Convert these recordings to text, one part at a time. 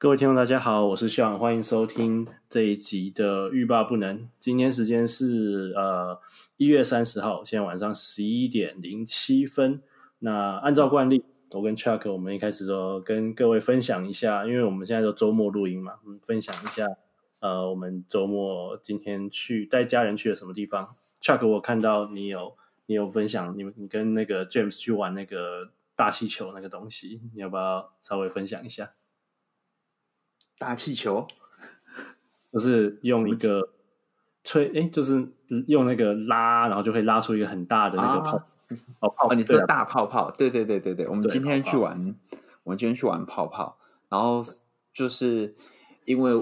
各位听众大家好，我是Sean，欢迎收听这一集的欲罢不能。今天时间是1月30号，现在晚上11:07。那按照惯例，我跟 Chuck 我们一开始都跟各位分享一下，因为我们现在都周末录音嘛，我们分享一下我们周末今天带家人去了什么地方。Chuck 我看到你有分享你跟那个 James 去玩那个大气球那个东西，你要不要稍微分享一下？ 大气球就是用一个就是用那个拉，然后就会拉出一个很大的那个泡泡。你说大泡泡？对，我们今天去玩，泡泡，然后就是因为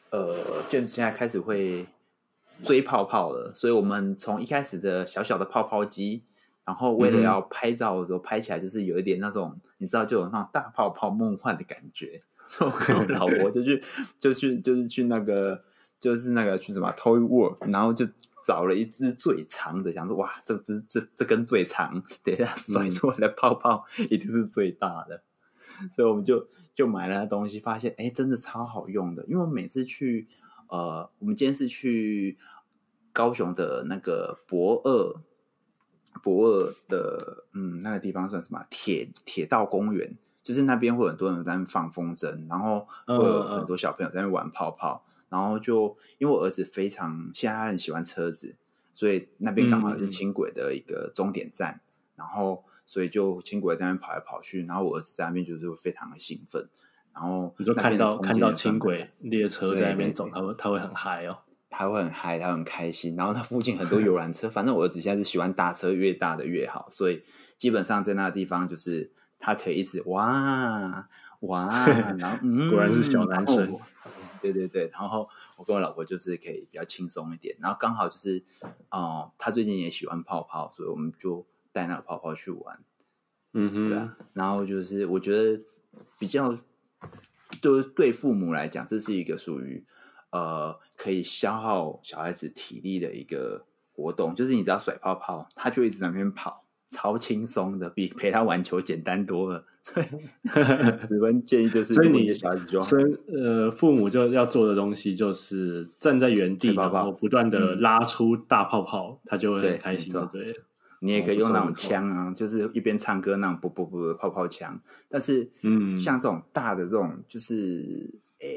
James 现在开始会追泡泡了，所以我们从一开始的小小的泡泡机，然后为了要拍照的时候拍起来就是有一点那种你知道就有那种大泡泡梦幻的感觉。所以我跟我老婆就是去那个去什么 Toy World， 然后就找了一只最长的，想说哇，这根最长，等一下甩出来的泡泡一定是最大的。所以我们就买了那东西，发现真的超好用的。因为我每次去我们今天是去高雄的那个博二的那个地方算什么铁道公园。就是那边会有很多人在那边放风筝，然后会有很多小朋友在那边玩泡泡，然后就因为我儿子现在他很喜欢车子，所以那边刚好是轻轨的一个终点站，然后所以就轻轨在那边跑来跑去，然后我儿子在那边就是非常的兴奋，然后你就看到轻轨列车在那边走，他会很嗨哦， 他会很嗨，他很开心，然后他附近很多游览车，反正我儿子现在是喜欢大车，越大的越好，所以基本上在那个地方就是他可以一直哇，然后果然是小男生。 对，然后我跟我老婆就是可以比较轻松一点，然后刚好就是他最近也喜欢泡泡，所以我们就带那个泡泡去玩。对啊，然后就是我觉得比较就是对父母来讲，这是一个属于可以消耗小孩子体力的一个活动，就是你只要甩泡泡，他就一直在那边跑。超轻松的，比陪他玩球简单多了。十分建议就是， 所以你的小孩子就父母就要做的东西就是站在原地，然后不断的拉出大泡泡，他就会很开心的。对， 你也可以用那种枪啊，就是一边唱歌那种啵的泡泡枪。但是，像这种大的这种，就是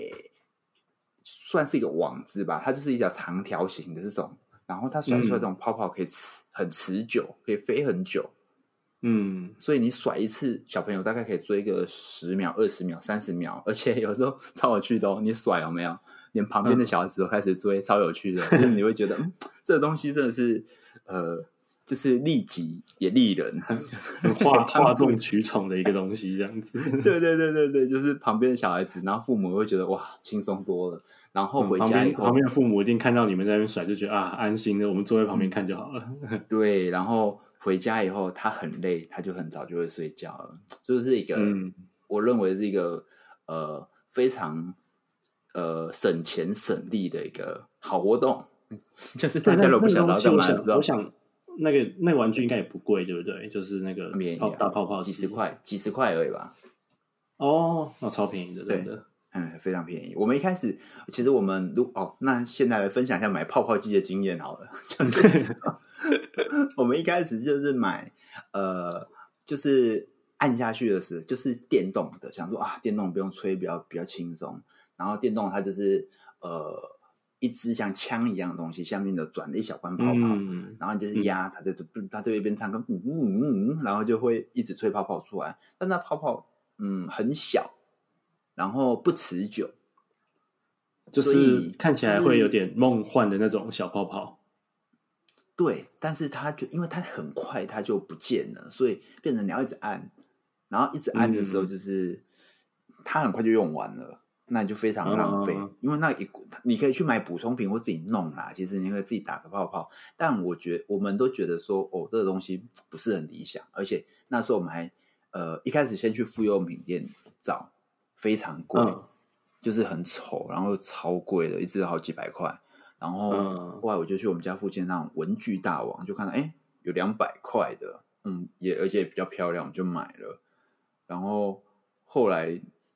算是一个网子吧，它就是一条长条形的这种。然后它甩出来这种泡泡可以很持久，可以飞很久。所以你甩一次，小朋友大概可以追个10秒、20秒、30秒，而且有时候超有趣的哦。你甩有没有？连旁边的小孩子都开始追，超有趣的。就是你会觉得，这个东西真的是就是利己也利人， 哗众取宠的一个东西，这样子。 对，就是旁边的小孩子，然后父母会觉得哇，轻松多了。然后回家以后， 旁边的父母一定看到你们在那边甩，就觉得安心的，我们坐在旁边看就好了。 对，然后回家以后他很累，他就很早就会睡觉了，就是一个我认为是一个非常省钱省力的一个好活动，就是大家都不想到干嘛的时候， 我想那个玩具应该也不贵，对不对？就是那个大泡泡几十块而已吧。 哦，那超便宜的，真的。 非常便宜。我们一开始其实我们那现在来分享一下买泡泡机的经验好了。就是我们一开始就是买就是按下去的时候就是电动的，想说电动不用吹，比较轻松。然后电动它就是一支像枪一样的东西，下面的转了一小罐泡泡，然后你就是压它，它就一边唱歌，然后就会一直吹泡泡出来。但那泡泡很小。然后不持久， 就是看起来会有点梦幻的那种小泡泡。 对，但是它就因为它很快它就不见了，所以变成你要一直按，然后一直按的时候就是它很快就用完了，那你就非常浪费。因为你可以去买补充品或自己弄啦，其实你可以自己打个泡泡。但我们都觉得说这个东西不是很理想，而且那时候我们还一开始先去妇幼用品店找。非常贵，就是很丑，然后超贵的，一支好几百块。然后后来我就去我们家附近那种文具大王，就看到有200块的，而且也比较漂亮，我就买了。然后后来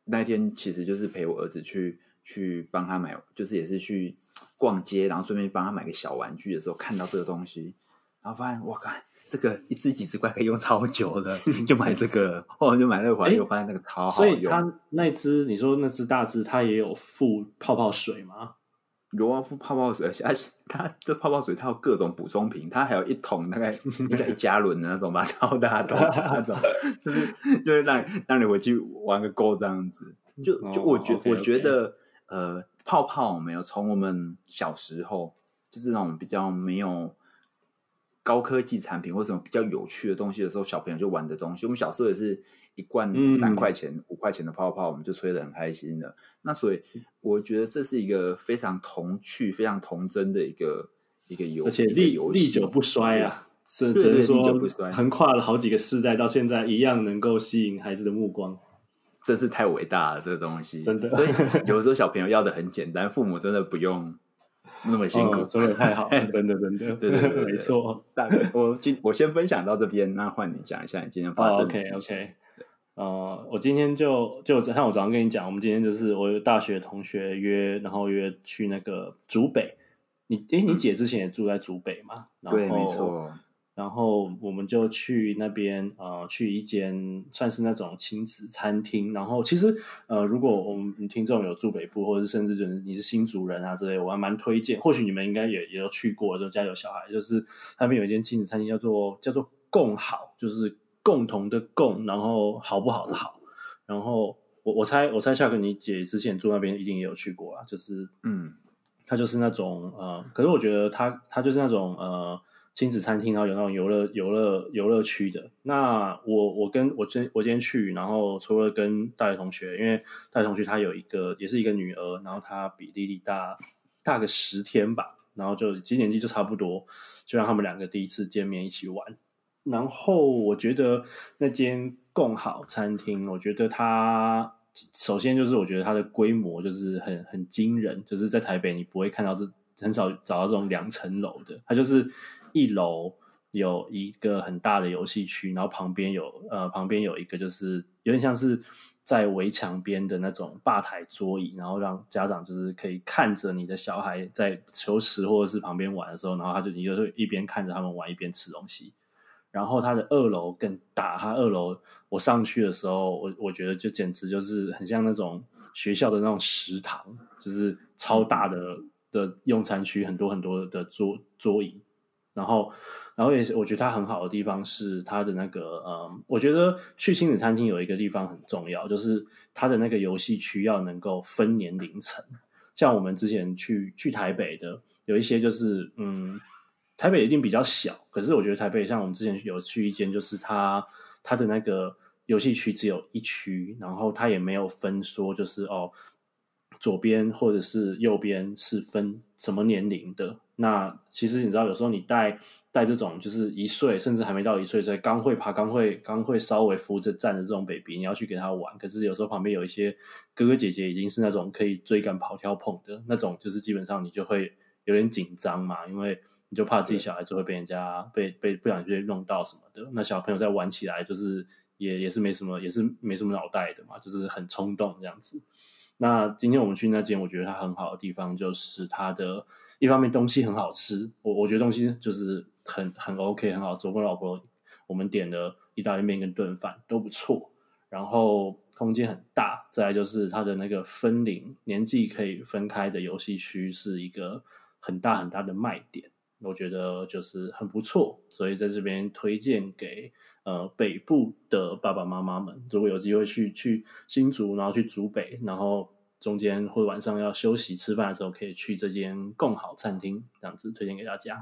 那天其实就是陪我儿子去帮他买，就是也是去逛街，然后顺便帮他买个小玩具的时候，看到这个东西，然后发现哇靠，这个一支几十块可以用超久的，就买这个，后来就买那个回来，又发现那个超好用。 所以它那支你说那支大支，它也有附泡泡水吗？ 有啊，附泡泡水，而且它这泡泡水它有各种补充品，它还有一桶大概1加仑的那种吧，超大桶那种，就是让你回去玩个够这样子。就我觉得泡泡没有从我们小时候就是那种比较没有高科技产品或什么比较有趣的东西的时候，小朋友就玩的东西。我们小时候也是一罐3块钱、5块钱的泡泡，我们就吹得很开心的。那所以我觉得这是一个非常童趣、非常童真的一个游戏， 而且历久不衰啊。只是说横跨了好几个世代，到现在一样能够吸引孩子的目光。 真是太伟大了，这个东西真的。 所以有时候小朋友要的很简单，父母真的不用那么辛苦， 说的太好了，真的， 对， 没错。 我先分享到这边，那换你讲一下你今天发生的事情。 OK， 我今天就像我早上跟你讲，我们今天就是我有大学同学约去那个竹北。你姐之前也住在竹北嘛？ 对，没错。 然后我们就去那边去一间算是那种亲子餐厅。然后其实如果我们听众有住北部，或者甚至就是你是新竹人啊之类，我还蛮推荐。或许你们应该也有去过，就家有小孩，就是那边有一间亲子餐厅叫做共好，就是共同的共，然后好不好的好。然后我猜夏哥你姐之前住那边一定也有去过啊，就是它就是那种可是我觉得它就是那种亲子餐厅，然后有那种游乐区的。那我今天去，然后除了跟大学同学，因为大学同学他有也是一个女儿，然后她比莉莉大个10天吧，然后就其实年纪就差不多，就让他们2个第一次见面一起玩。然后我觉得那间共好餐厅，我觉得它首先就是我觉得它的规模就是很惊人，就是在台北你不会看到很少找到这种2层楼的，它就是1楼有一个很大的游戏区，然后旁边有一个就是有点像是在围墙边的那种吧台桌椅，然后让家长就是可以看着你的小孩在球池或者是旁边玩的时候，然后你就会一边看着他们玩一边吃东西。然后它的2楼更大，它2楼我上去的时候，我觉得就简直就是很像那种学校的那种食堂，就是超大的用餐区，很多很多的桌椅。然后也是我觉得它很好的地方是它的那个我觉得去亲子餐厅有一个地方很重要，就是它的那个游戏区要能够分年龄层。像我们之前去台北的有一些就是台北一定比较小，可是我觉得台北像我们之前有去一间，就是它的那个游戏区只有1区，然后它也没有分说就是左边或者是右边是分什么年龄的。那其实你知道有时候你带这种就是1岁甚至还没到1岁，所以刚会爬刚会稍微扶着站的这种 baby， 你要去给他玩，可是有时候旁边有一些哥哥姐姐已经是那种可以追赶跑跳碰的那种，就是基本上你就会有点紧张嘛，因为你就怕自己小孩子会被人家被不小心被弄到什么的。那小朋友在玩起来就是也是没什么脑袋的嘛，就是很冲动这样子。那今天我们去那间，我觉得它很好的地方就是它的一方面东西很好吃，我觉得东西就是很 OK 很好吃。我跟老婆我们点了意大利面跟炖饭都不错，然后空间很大，再来就是它的那个年纪可以分开的游戏区是一个很大很大的卖点，我觉得就是很不错，所以在这边推荐给北部的爸爸妈妈们，如果有机会去新竹，然后去竹北，然后中间或晚上要休息吃饭的时候，可以去这间共好餐厅，这样子推荐给大家。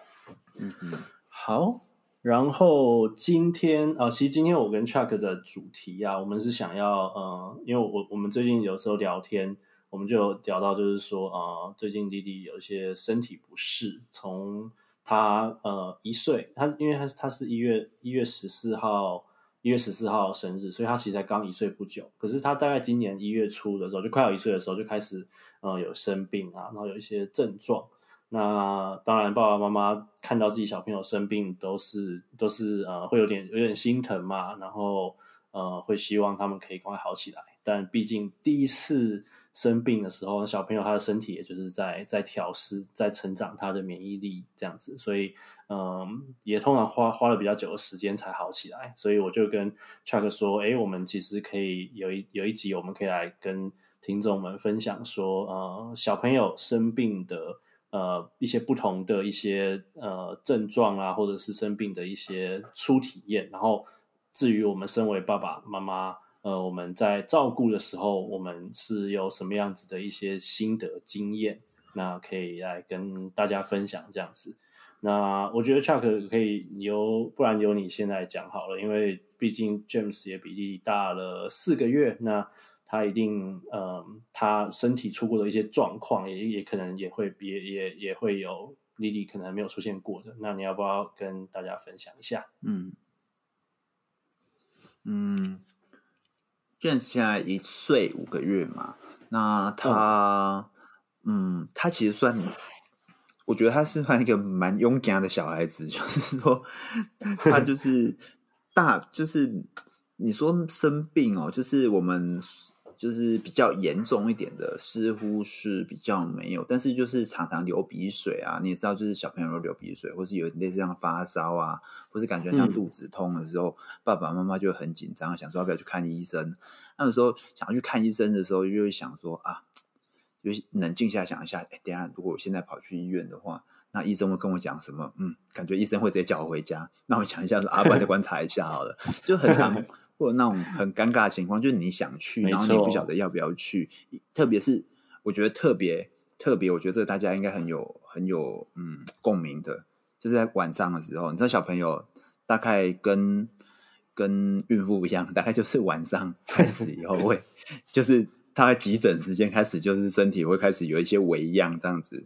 好，然后今天其实今天我跟 Chuck 的主题啊，我们是想要因为我们最近有时候聊天，我们就有聊到就是说最近弟弟有一些身体不适，从他1岁，因为他是1月14号生日，所以他其实才刚1岁不久。可是他大概今年1月初的时候，就快要1岁的时候就开始有生病啊，然后有一些症状。那当然爸爸妈妈看到自己小朋友生病都是会有点心疼嘛，然后会希望他们可以赶快好起来。但毕竟第一次生病的时候，小朋友他的身体也就是在调试、在成长他的免疫力这样子，所以也通常花了比较久的时间才好起来。所以我就跟 Chuck 说，我们其实可以有一集，我们可以来跟听众们分享说，小朋友生病的一些不同的一些症状啊，或者是生病的一些初体验，然后至于我们身为爸爸妈妈，我们在照顾的时候，我们是有什么样子的一些心得经验，那可以来跟大家分享这样子。那我觉得 Chuck 可以不然由你现在讲好了，因为毕竟 James 也比莉莉大了4个月，那他一定他身体出过的一些状况，也可能也会有莉莉可能没有出现过的，那你要不要跟大家分享一下？ James 现在1岁5个月嘛，那他他其实我觉得他是算一个蛮勇敢的小孩子，就是说他就是就是你说生病哦，就是我们就是比较严重一点的，似乎是比较没有，但是就是常常流鼻水啊，你也知道，就是小朋友流鼻水，或是有类似像发烧啊，或是感觉像肚子痛的时候，爸爸妈妈就很紧张，想说要不要去看医生。那有时候想要去看医生的时候，就会想说啊，就冷静下想一下，等一下如果我现在跑去医院的话，那医生会跟我讲什么？感觉医生会直接叫我回家。那我想一下说，不然再观察一下好了。就很常会有那种很尴尬的情况，就是你想去，然后你不晓得要不要去。特别是我觉得特别，我觉得这个大家应该很有共鸣的，就是在晚上的时候，你知道小朋友大概跟孕妇一样，大概就是晚上开始以后会，就是大概急诊时间开始，就是身体会开始有一些微恙，这样子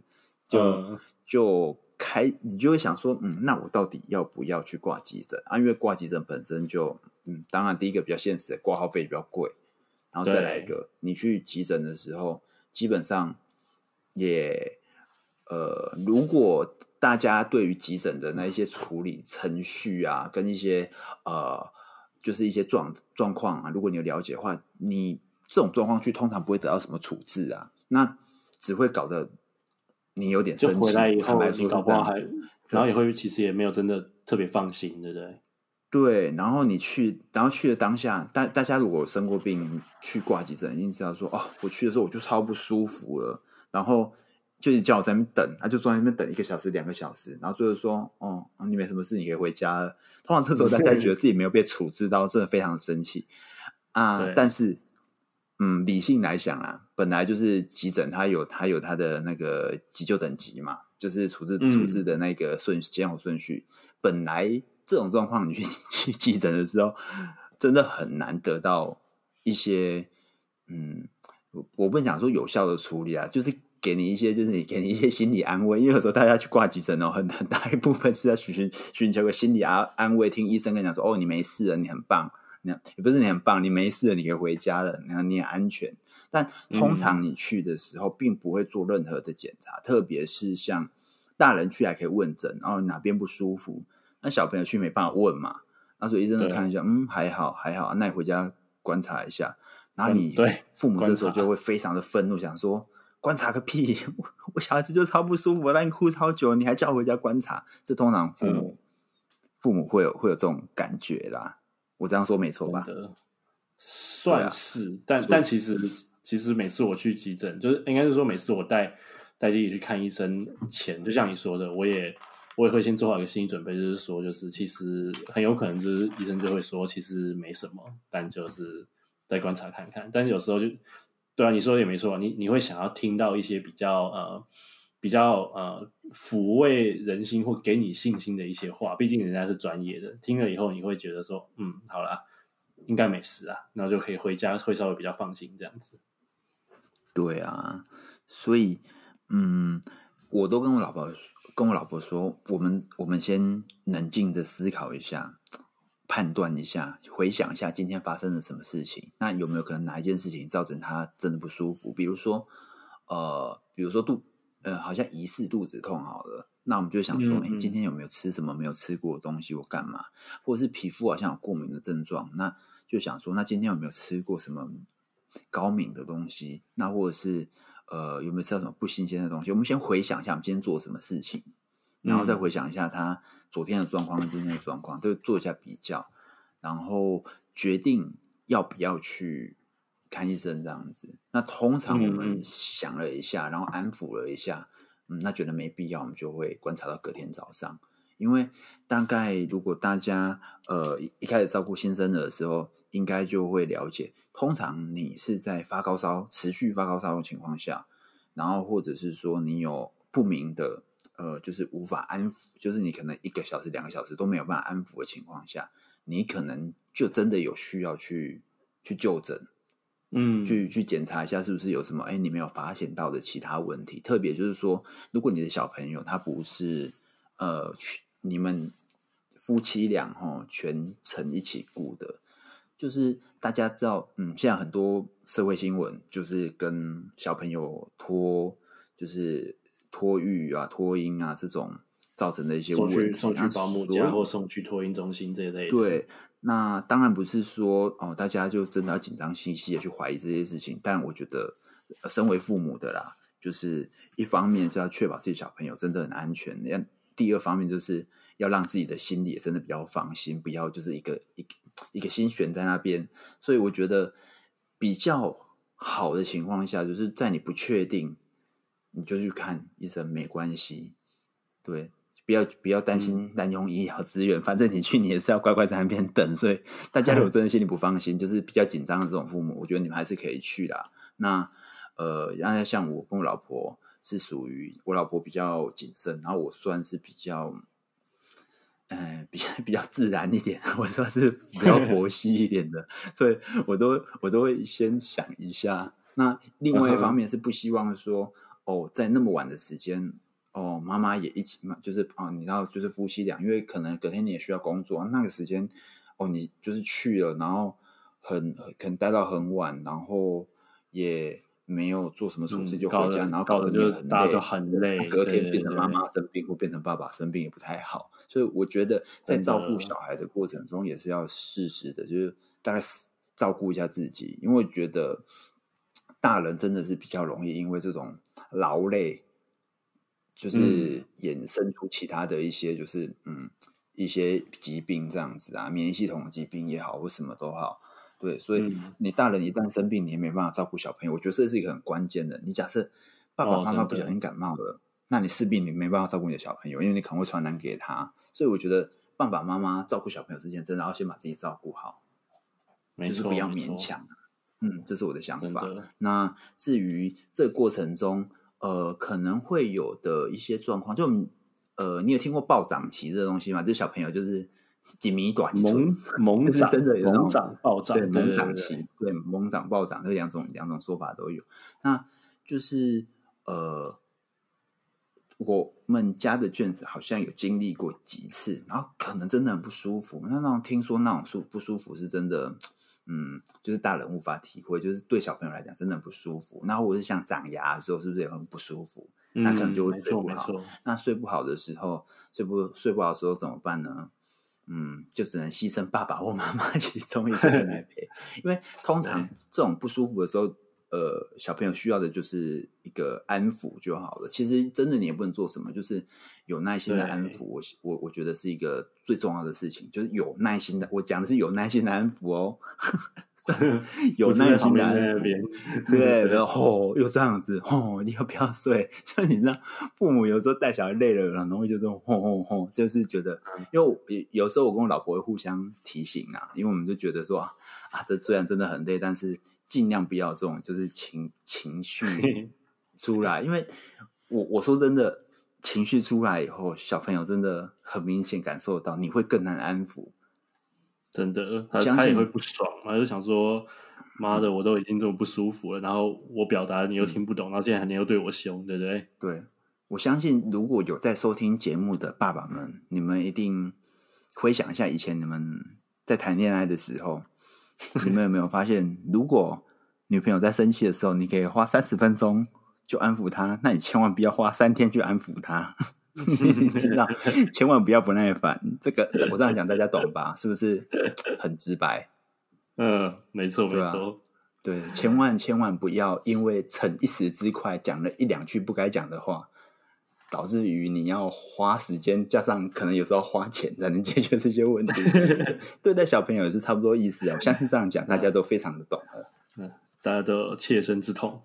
你就会想说，那我到底要不要去挂急诊啊？因为挂急诊本身就，当然第一个比较现实的挂号费比较贵，然后再来一个，你去急诊的时候，基本上也如果大家对于急诊的那一些处理程序啊，跟一些就是一些状况啊，如果你有了解的话，你这种状况去通常不会得到什么处置啊，那只会搞得你有点生气。 就回来以后， 你搞不好然后也会其实也没有真的特别放心，对不对？ 对，然后去的当下，大家如果生过病去挂急诊，一定知道说，我去的时候我就超不舒服了，然后就是叫我在那边等，他就坐在那边等1个小时、2个小时，然后最后说，你没什么事，你可以回家了。通常这时候大家觉得自己没有被处置到，真的非常生气啊。但是，理性来想啊，本来就是急诊，它有它的那个急救等级嘛，就是处置的那个先后顺序，本来。这种状况，你去急诊的时候，真的很难得到一些，我不能讲说有效的处理啊，就是给你一些心理安慰。因为有时候大家去挂急诊很大一部分是在寻求个心理安慰，听医生跟你讲说，你没事了，你很棒，也不是你很棒，你没事了，你可以回家了，然后你很安全。但通常你去的时候，并不会做任何的检查，特别是像大人去还可以问诊，然后哪边不舒服。那小朋友去没办法问嘛，那所以医生就看一下，还好，那你回家观察一下。然后你父母这时候就会非常的愤怒，想说观察个屁，我小孩子就超不舒服，让你哭超久，你还叫我回家观察。这通常父母会有这种感觉啦。我这样说没错吧？ 算是，但其实每次我去急诊，就是应该是说每次我带弟弟去看医生前，就像你说的，我也会先做好一个心理准备，就是说，就是其实很有可能就是医生就会说，其实没什么，但就是再观察看看。但是有时候就，对啊，你说的也没错，你会想要听到一些比较抚慰人心或给你信心的一些话，毕竟人家是专业的，听了以后你会觉得说，好啦，应该没事啊，然后就可以回家，会稍微比较放心这样子。 对啊，所以我都跟我老婆说，我们先冷静的思考一下，判断一下，回想一下今天发生了什么事情。那有没有可能哪一件事情造成他真的不舒服？比如说好像疑似肚子痛好了，那我们就想说，今天有没有吃什么没有吃过的东西，或干嘛？或者是皮肤好像有过敏的症状，那就想说，那今天有没有吃过什么高敏的东西？那或者是有没有吃到什么不新鲜的东西？我们先回想一下我们今天做了什么事情，然后再回想一下他昨天的状况跟今天的状况，都做一下比较，然后决定要不要去看医生这样子。那通常我们想了一下，然后安抚了一下，那觉得没必要，我们就会观察到隔天早上。因为大概如果大家一开始照顾新生儿的时候，应该就会了解，通常你是在发高烧、持续发高烧的情况下，然后或者是说你有不明的就是无法安抚，就是你可能1个小时、2个小时都没有办法安抚的情况下，你可能就真的有需要去就诊，去检查一下是不是有什么你没有发现到的其他问题。特别就是说，如果你的小朋友他不是你们夫妻俩全程一起顾的，就是大家知道，现在很多社会新闻就是跟小朋友就是托育啊、托婴啊这种造成的一些问题， 送去保姆家或送去托婴中心这一类的。 对，那当然不是说大家就真的要紧张兮兮的去怀疑这些事情，但我觉得身为父母的啦，就是一方面是要确保自己小朋友真的很安全，第二方面就是要让自己的心里也真的比较放心，不要就是一个心悬在那边。所以我觉得比较好的情况下，就是在你不确定，你就去看医生没关系，对，不要担心滥用医疗资源，反正你去你也是要乖乖在那边等。所以大家如果真的心里不放心，就是比较紧张的这种父母，我觉得你们还是可以去啦。那像我跟我老婆是属于我老婆比较谨慎，然后我算是比较比较自然一点，我算是比较佛系一点的，所以我都会先想一下。那另外一方面是不希望说在那么晚的时间妈妈也一起就是你知道就是夫妻俩，因为可能隔天你也需要工作，那个时间你就是去了，然后可能待到很晚，然后也没有做什么处置就回家，然后搞得你很累， 大家都很累， 隔天变成妈妈生病或变成爸爸生病也不太好。所以我觉得在照顾小孩的过程中也是要适时的，就是大概照顾一下自己，因为我觉得大人真的是比较容易因为这种劳累，就是衍生出其他的一些就是一些疾病这样子啊，免疫系统的疾病也好或什么都好。对，所以你大人一旦生病，你也没办法照顾小朋友，我觉得这是一个很关键的。你假设爸爸妈妈不小心感冒了，那你势必你没办法照顾你的小朋友，因为你可能会传染给他。所以我觉得爸爸妈妈照顾小朋友之前，真的要先把自己照顾好，就是不要勉强。这是我的想法。那至于这个过程中，可能会有的一些状况，就你有听过暴涨期这个东西吗？就是小朋友就是几米短猛长， 真的有猛长暴涨， 对，猛长期，对，猛长暴涨，这两种说法都有。那就是我们家的卷子好像有经历过几次，然后可能真的很不舒服。那种听说那种不舒服是真的，就是大人无法体会，就是对小朋友来讲真的很不舒服。那或者是像长牙的时候，是不是也很不舒服？那可能就会睡不好。那睡不好的时候，睡不好的时候怎么办呢？就只能牺牲爸爸或妈妈其中一个人来陪，因为通常这种不舒服的时候，小朋友需要的就是一个安抚就好了。其实真的你也不能做什么，就是有耐心的安抚。我觉得是一个最重要的事情，就是有耐心的。我讲的是有耐心的安抚哦。有耐心的安抚，对，然后又这样子，你要不要睡？就你知道，父母有时候带小孩累了，很容易就这种就是觉得，因为有时候我跟我老婆会互相提醒啊，因为我们就觉得说这虽然真的很累，但是尽量不要这种就是情绪出来，因为我说真的，情绪出来以后，小朋友真的很明显感受到，你会更难安抚。 真的，他也会不爽，他就想说：“妈的，我都已经这么不舒服了，然后我表达你又听不懂，然后现在你又对我凶，对不对？” 对，我相信如果有在收听节目的爸爸们，你们一定回想一下以前你们在谈恋爱的时候，你们有没有发现，如果女朋友在生气的时候，你可以花30分钟就安抚她，那你千万不要花3天去安抚她。你知道，千万不要不耐烦。这个我这样讲大家懂吧？是不是很直白？ 没错没错， 对，千万不要因为逞一时之快，讲了一两句不该讲的话，导致于你要花时间，加上可能有时候花钱才能解决这些问题。对待小朋友也是差不多意思啊。我相信这样讲，大家都非常的懂了。 大家都有切身之痛。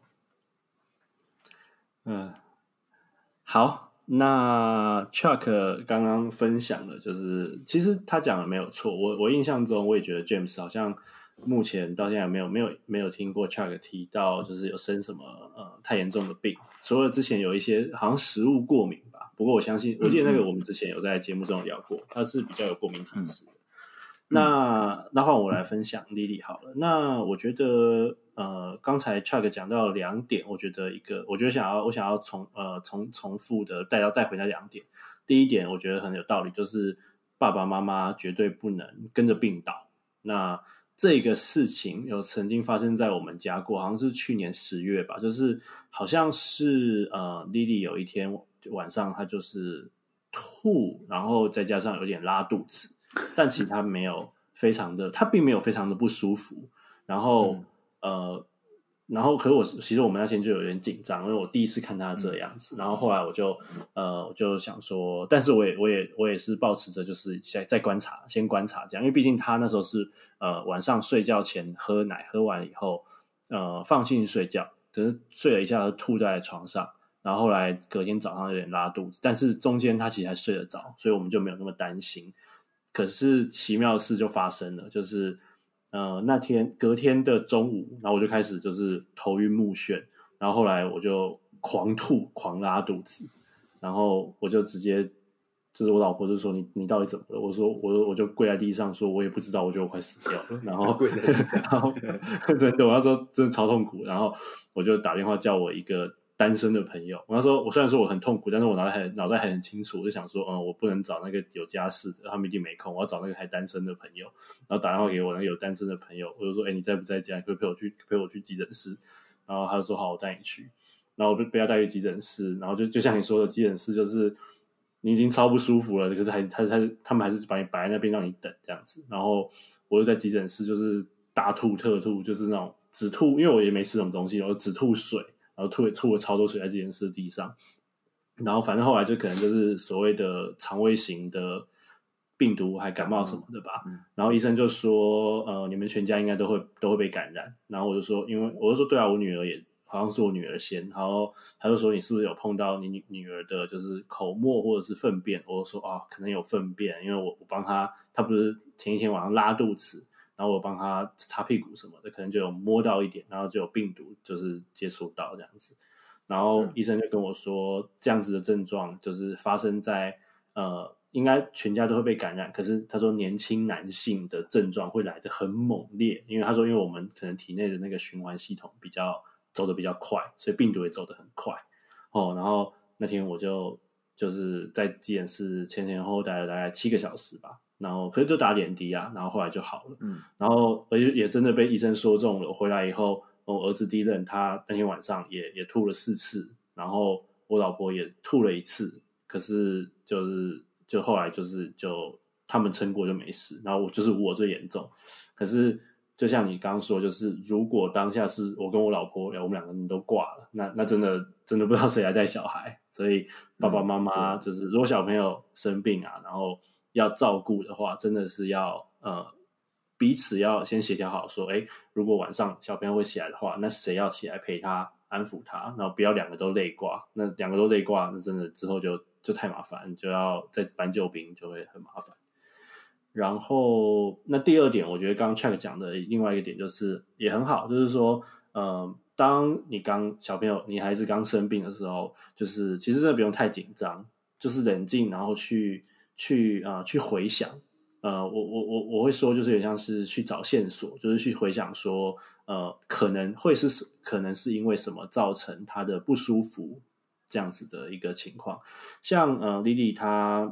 好，那 Chuck 刚刚分享的，就是其实他讲的没有错。我印象中，我也觉得 James 好像目前到现在没有听过 Chuck 提到，就是有生什么太严重的病，除了之前有一些好像食物过敏吧。不过我相信，我记得那个我们之前有在节目中聊过，他是比较有过敏体质的。那换我来分享 Lily 好了。那我觉得刚才 Chuck 讲到2点，我觉得我想要重复的带回那2点。第一点我觉得很有道理，就是爸爸妈妈绝对不能跟着病倒。那这个事情有曾经发生在我们家过，好像是去年10月吧，就是好像是Lily 有一天晚上她就是吐，然后再加上有点拉肚子。但其实他并没有非常的不舒服，然后可是其实我们那天就有点紧张，因为我第一次看他这样子，然后后来我就想说，但是我也是抱持着就是再观察，先观察这样，因为毕竟他那时候是晚上睡觉前喝奶，喝完以后放进去睡觉，可是睡了一下吐在床上。然后后来隔天早上有点拉肚子，但是中间他其实还睡得着，所以我们就没有那么担心。可是奇妙的事就发生了，就是隔天的中午，然后我就开始就是头晕目眩，然后后来我就狂吐狂拉肚子，然后我就直接就是我老婆就说你到底怎么了？我说我就跪在地上说我也不知道，我觉得我快死掉了，然后跪在地上， 然后真的我那时候真的超痛苦，然后我就打电话叫我一个单身的朋友。我那时候我虽然说我很痛苦，但是我脑袋还很清楚，我就想说我不能找那个有家室的，他们一定没空，我要找那个还单身的朋友。然后打电话给我那个有单身的朋友，我就说你在不在家？你可不可以陪我去急诊室？然后他就说好，我带你去。然后我被他带去急诊室，然后就像你说的，急诊室就是你已经超不舒服了，可是他们还是把你摆在那边让你等这样子。然后我就在急诊室就是大吐特吐，就是那种只吐，因为我也没吃什么东西，我只吐水，然后吐了超多水在急诊室的地上。然后反正后来就可能就是所谓的肠胃型的病毒还感冒什么的吧。然后医生就说你们全家应该都会被感染。然后我就说对啊，我女儿也好像是我女儿先。然后他就说你是不是有碰到你女儿的就是口沫或者是粪便？我就说可能有粪便，因为我帮她不是前一天晚上拉肚子，然后我帮她擦屁股什么的，可能就有摸到一点，然后就有病毒就是接触到这样子。然后医生就跟我说，这样子的症状就是发生在应该全家都会被感染，可是他说年轻男性的症状会来得很猛烈，因为他说因为我们可能体内的那个循环系统走得比较快，所以病毒也走得很快。然后那天我就是在急诊室前后待了大概7个小时吧，然后可是就打点滴啊，然后后来就好了。然后也真的被医生说中了。回来以后，我儿子第一任他那天晚上也吐了4次，然后我老婆也吐了1次，可是就后来就他们撑过就没事，然后我最严重。可是就像你刚刚说，就是如果当下是我跟我老婆，我们2个人都挂了，那真的不知道谁来带小孩。所以爸爸妈妈就是如果小朋友生病啊，然后要照顾的话，真的是要彼此要先协调好说，如果晚上小朋友会起来的话，那谁要起来陪他安抚他，然后不要2个都累挂。那2个都累挂，那真的之后就太麻烦，就要再搬救兵，就会很麻烦。然后那第2点，我觉得刚刚 Chuck 讲的另外一个点就是也很好，就是说当你孩子刚生病的时候，就是其实真的不用太紧张，就是冷静，然后去回想。我会说，就是有点像是去找线索，就是去回想说，可能是因为什么造成他的不舒服这样子的一个情况。像Lily 她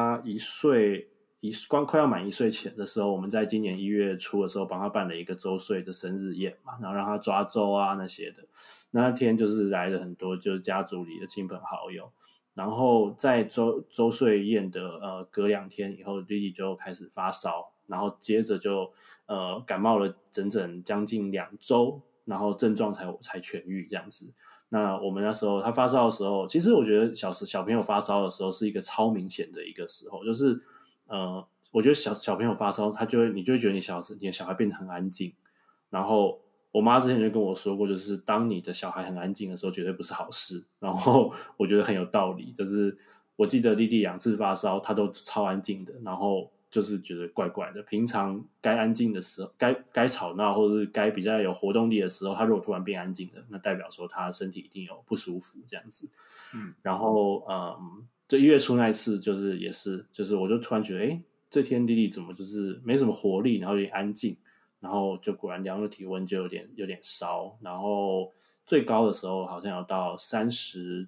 快要满1岁前的时候，我们在今年1月初的时候帮她办了一个周岁的生日宴嘛，然后让她抓周啊那些的。那天就是来了很多就是家族里的亲朋好友。然后在周岁宴的隔2天以后，Lily 就开始发烧， 然后接着就感冒了整整将近2周，然后症状才痊愈这样子。那我们那时候他发烧的时候，其实我觉得小朋友发烧的时候是一个超明显的一个时候，就是我觉得小朋友发烧，你就会觉得你的小孩变得很安静。然后我妈之前就跟我说过，就是当你的小孩很安静的时候，绝对不是好事。然后我觉得很有道理，就是我记得弟弟2次发烧，他都超安静的，然后就是觉得怪怪的。平常该安静的时候，该吵闹或者是该比较有活动力的时候，他如果突然变安静了，那代表说他身体一定有不舒服这样子。然后就1月初那一次，就是我就突然觉得，这天弟弟怎么就是没什么活力，然后有点安静，然后就果然量了体温就有点烧，然后最高的时候好像有到39.2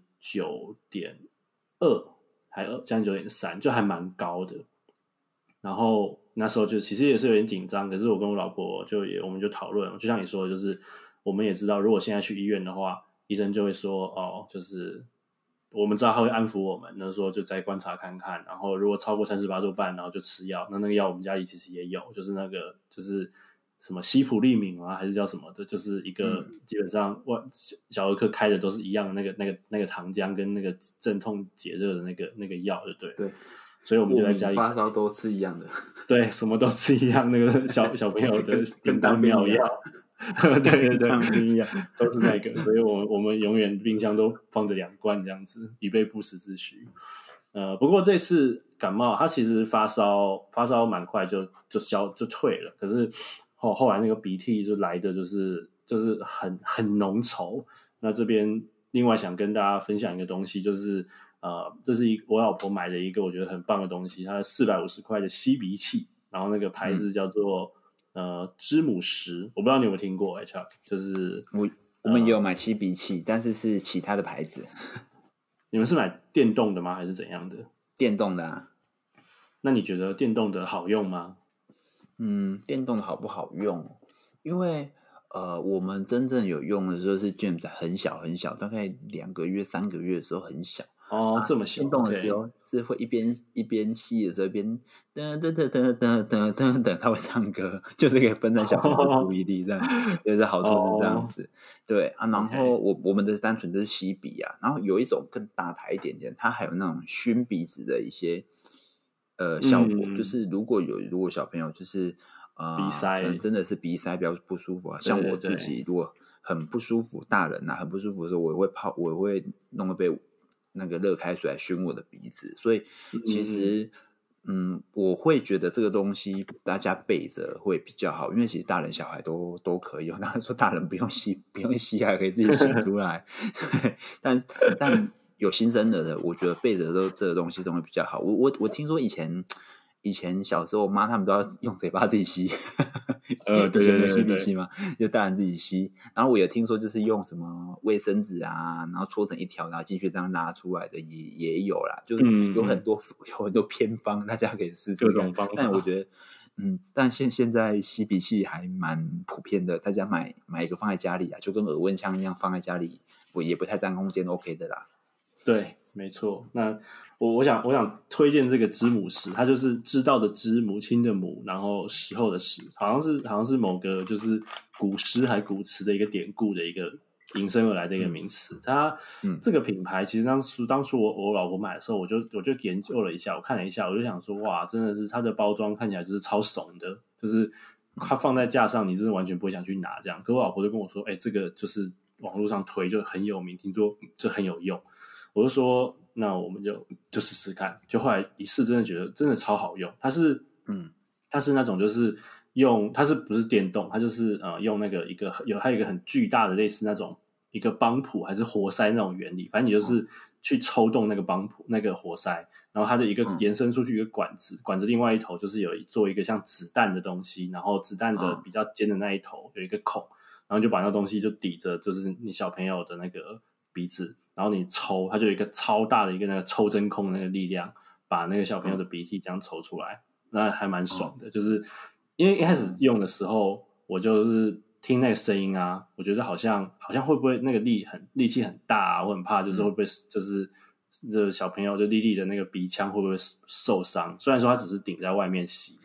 还将近9.3，就还蛮高的。然后那时候就其实也是有点紧张，可是我跟我老婆我们就讨论，就像你说的，就是我们也知道，如果现在去医院的话，医生就会说就是我们知道他会安抚我们，那说就再观察看看，然后如果超过38度5，然后就吃药。那个药我们家里其实也有，就是那个就是什么西普利敏啊，还是叫什么的，就是一个基本上小儿科开的都是一样的那个糖浆跟那个镇痛解热的那个药，对。 对， 所以我们就在家里发烧都吃一样的， 对，什么都吃一样，那个小朋友的跟当兵一样。 对，都是那个，所以我们永远冰箱都放着2罐这样子，以备不时之需。不过这次感冒，它其实发烧蛮快就退了，可是后来那个鼻涕就来的就是很浓稠。那这边另外想跟大家分享一个东西，就是这是我老婆买的一个我觉得很棒的东西，它是450块的吸鼻器，然后那个牌子叫做知母10，我不知道你有没有听过Chuck，就是我们也有买吸鼻器，但是是其他的牌子。 你们是买电动的吗？还是怎样的？ 电动的啊。 那你觉得电动的好用吗？ 电动的好不好用？因为我们真正有用的时候是 James 很小很小，大概2个月3个月的时候很小。 这么小。 电动的时候是会一边吸的时候一边噔噔噔噔噔噔噔噔，他会唱歌，就是可以分散小朋友的注意力，这样就是好处是这样子。对啊，然后我们的单纯就是吸鼻啊，然后有一种更大台一点点，它还有那种熏鼻子的一些效果，就是如果小朋友就是鼻塞， 可能真的是鼻塞比较不舒服啊，像我自己如果很不舒服，大人很不舒服的时候，我会弄一杯那个热开水来熏我的鼻子，所以其实我会觉得这个东西大家备着会比较好，因为其实大人小孩都可以用。当然说大人不用吸还可以自己吸出来，但有新生儿的，我觉得备着这个东西都会比较好。我听说以前小时候，我妈他们都要用嘴巴自己吸， 对， 吸鼻器嘛，就大人自己吸。然后我也听说，就是用什么卫生纸啊，然后搓成一条，然后进去这样拉出来的也有啦，就是有很多偏方，大家可以试试各种方法。 但我觉得，但现在吸鼻器还蛮普遍的，大家买一个放在家里啊，就跟耳温枪一样放在家里，我也不太占空间 ，OK 的啦。 对，没错。那我想推荐这个知母10，它就是知道的知，母亲的母，然后时候的时，好像是某个就是古诗还古词的一个典故的一个引申而来的一个名词。它这个品牌其实当初我老婆买的时候，我就研究了一下，我看了一下，我就想说，哇，真的是它的包装看起来就是超怂的，就是它放在架上，你真的完全不会想去拿这样。可我老婆就跟我说，这个就是网络上推就很有名，听说这很有用。我就说，那我们就试试看。就后来一试，真的觉得真的超好用。它是那种就是它是不是电动？它就是用那个还有一个很巨大的类似那种一个帮浦还是活塞那种原理，反正你就是去抽动那个帮浦那个活塞，然后它的一个延伸出去一个管子，管子另外一头就是做一个像子弹的东西，然后子弹的比较尖的那一头有一个孔，然后就把那东西就抵着就是你小朋友的那个鼻子。然后你抽，它就有一个超大的一个那个抽真空的那个力量，把那个小朋友的鼻涕这样抽出来，那还蛮爽的。就是因为一开始用的时候，我就是听那个声音啊，我觉得好像会不会那个力气很大啊，我很怕就是会不会就是这小朋友就莉莉的那个鼻腔会不会受伤？虽然说它只是顶在外面吸，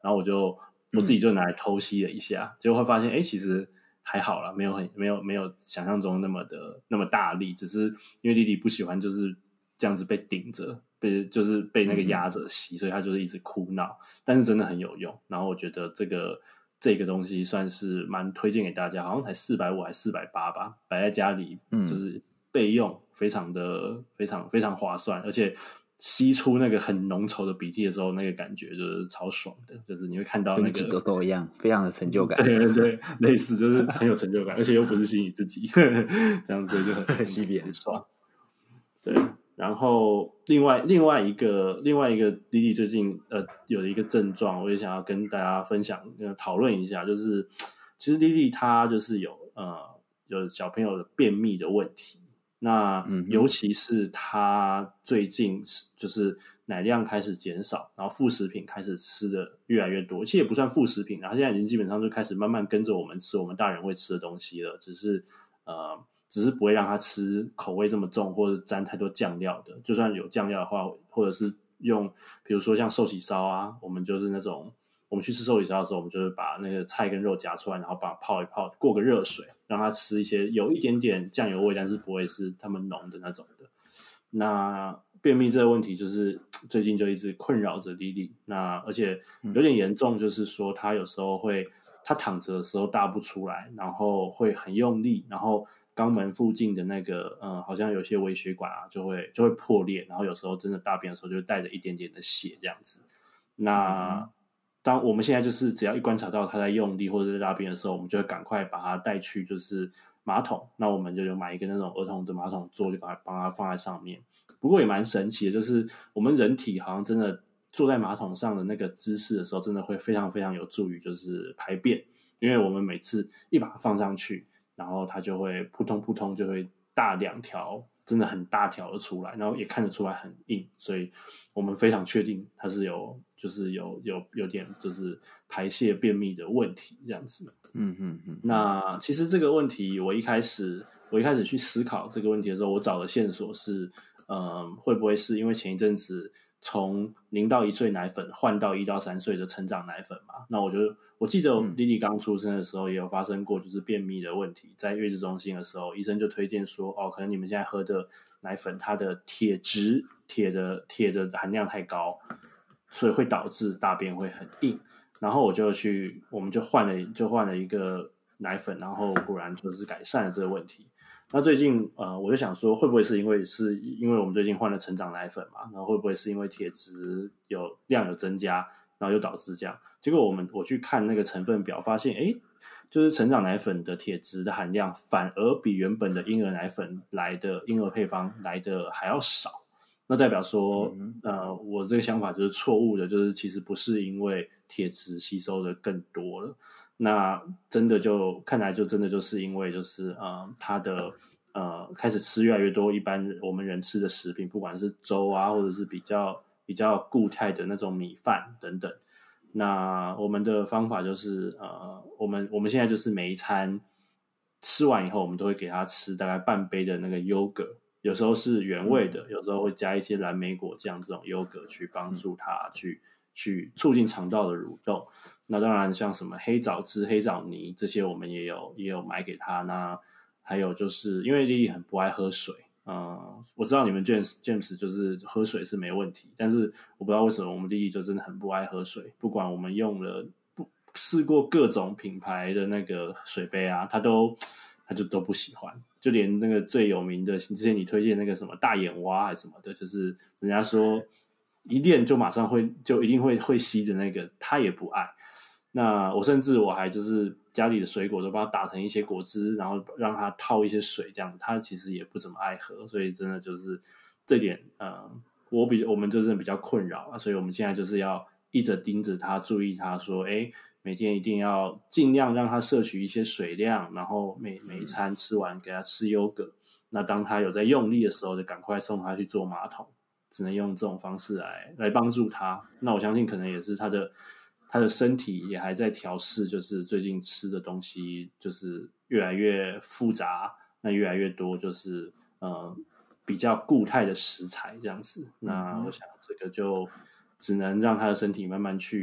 然后我自己就拿来偷吸了一下，结果会发现其实还好啦，没有想象中那么大力，只是因为弟弟不喜欢就是这样子被顶着，就是被那个压着吸，所以他就是一直哭闹，但是真的很有用。然后我觉得这个东西算是蛮推荐给大家，好像才450还480吧，摆在家里就是备用，非常划算，而且吸出那个很浓稠的鼻涕的时候，那个感觉就是超爽的，就是你会看到那个跟挤痘痘一样，非常的成就感。 对对对，类似就是很有成就感，而且又不是吸你自己，这样子就吸别人爽。对，然后另外一个弟弟最近有一个症状，我也想要跟大家分享讨论一下，就是其实弟弟他就是有小朋友的便秘的问题，那尤其是他最近就是奶量开始减少，然后副食品开始吃的越来越多，其实也不算副食品，他现在已经基本上就开始慢慢跟着我们吃我们大人会吃的东西了，只是不会让他吃口味这么重或者沾太多酱料的，就算有酱料的话，或者是用比如说像寿喜烧啊，我们就是那种我们去吃寿喜烧的时候，我们就是把那个菜跟肉夹出来，然后把它泡一泡，过个热水，让他吃一些有一点点酱油味，但是不会是他们浓的那种的。那便秘这个问题就是最近就一直困扰着莉莉，那而且有点严重，就是说他有时候他躺着的时候大不出来，然后会很用力，然后肛门附近的那个好像有些微血管啊就会破裂，然后有时候真的大便的时候就带着一点点的血这样子。那当我们现在就是只要一观察到他在用力或者在大便的时候，我们就会赶快把他带去就是马桶，那我们就有买一个那种儿童的马桶座，就把它放在上面。不过也蛮神奇的，就是我们人体好像真的坐在马桶上的那个姿势的时候，真的会非常非常有助于就是排便，因为我们每次一把它放上去，然后它就会扑通扑通就会大2条，真的很大条的出来，然后也看得出来很硬，所以我们非常确定它是有点就是排泄便秘的问题这样子。那其实这个问题我一开始去思考这个问题的时候，我找的线索是会不会是因为前一阵子从0到1岁奶粉换到1到3岁的成长奶粉嘛？那我记得莉莉刚出生的时候也有发生过就是便秘的问题，在月子中心的时候，医生就推荐说可能你们现在喝的奶粉它的铁的含量太高，所以会导致大便会很硬。然后我们就换了一个奶粉，然后果然就是改善了这个问题。那最近我就想说，会不会是因为我们最近换了成长奶粉嘛？然后会不会是因为铁质量有增加，然后又导致这样？结果我去看那个成分表，发现就是成长奶粉的铁质的含量反而比原本的婴儿奶粉婴儿配方来的还要少。那代表说我这个想法就是错误的，就是其实不是因为铁质吸收的更多了，那看来就真的就是因为就是它的开始吃越来越多一般我们人吃的食品，不管是粥啊或者是比较固态的那种米饭等等。那我们的方法就是我们现在就是每一餐吃完以后，我们都会给他吃大概半杯的那个优格，有时候是原味的，有时候会加一些蓝莓果酱这种优格去帮助他去促进肠道的蠕动。那当然像什么黑枣汁、黑枣泥这些我们也有买给他。那还有就是因为莉莉很不爱喝水，我知道你们 James 就是喝水是没问题，但是我不知道为什么我们莉莉就真的很不爱喝水，不管我们试过各种品牌的那个水杯啊，他就都不喜欢，就连那个最有名的之前你推荐那个什么大眼蛙还是什么的，就是人家说一练就马上就一定会吸的那个，他也不爱。那我甚至我还就是家里的水果都把它打成一些果汁，然后让它套一些水，这样它其实也不怎么爱喝，所以真的就是这点我们就是比较困扰啊，所以我们现在就是要一直盯着它，注意它说每天一定要尽量让它摄取一些水量，然后每一餐吃完给它吃优格。那当它有在用力的时候，就赶快送它去做马桶，只能用这种方式来帮助它。那我相信可能也是它的身体也还在调试，就是最近吃的东西就是越来越复杂，那越来越多就是比较固态的食材这样子。那我想这个就只能让他的身体慢慢去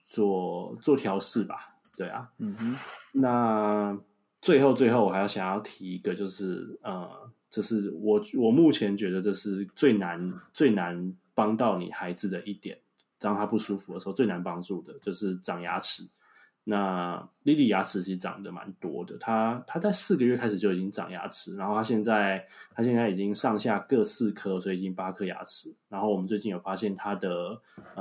做调试吧，对啊。 那最后我还想要提一个，就是这是我目前觉得这是最难帮到你孩子的一点，当他不舒服的时候最难帮助的就是长牙齿。那 Lily 牙齿其实长得蛮多的，她在4个月开始就已经长牙齿，然后她现在已经上下各4颗，所以已经8颗牙齿。然后我们最近有发现她的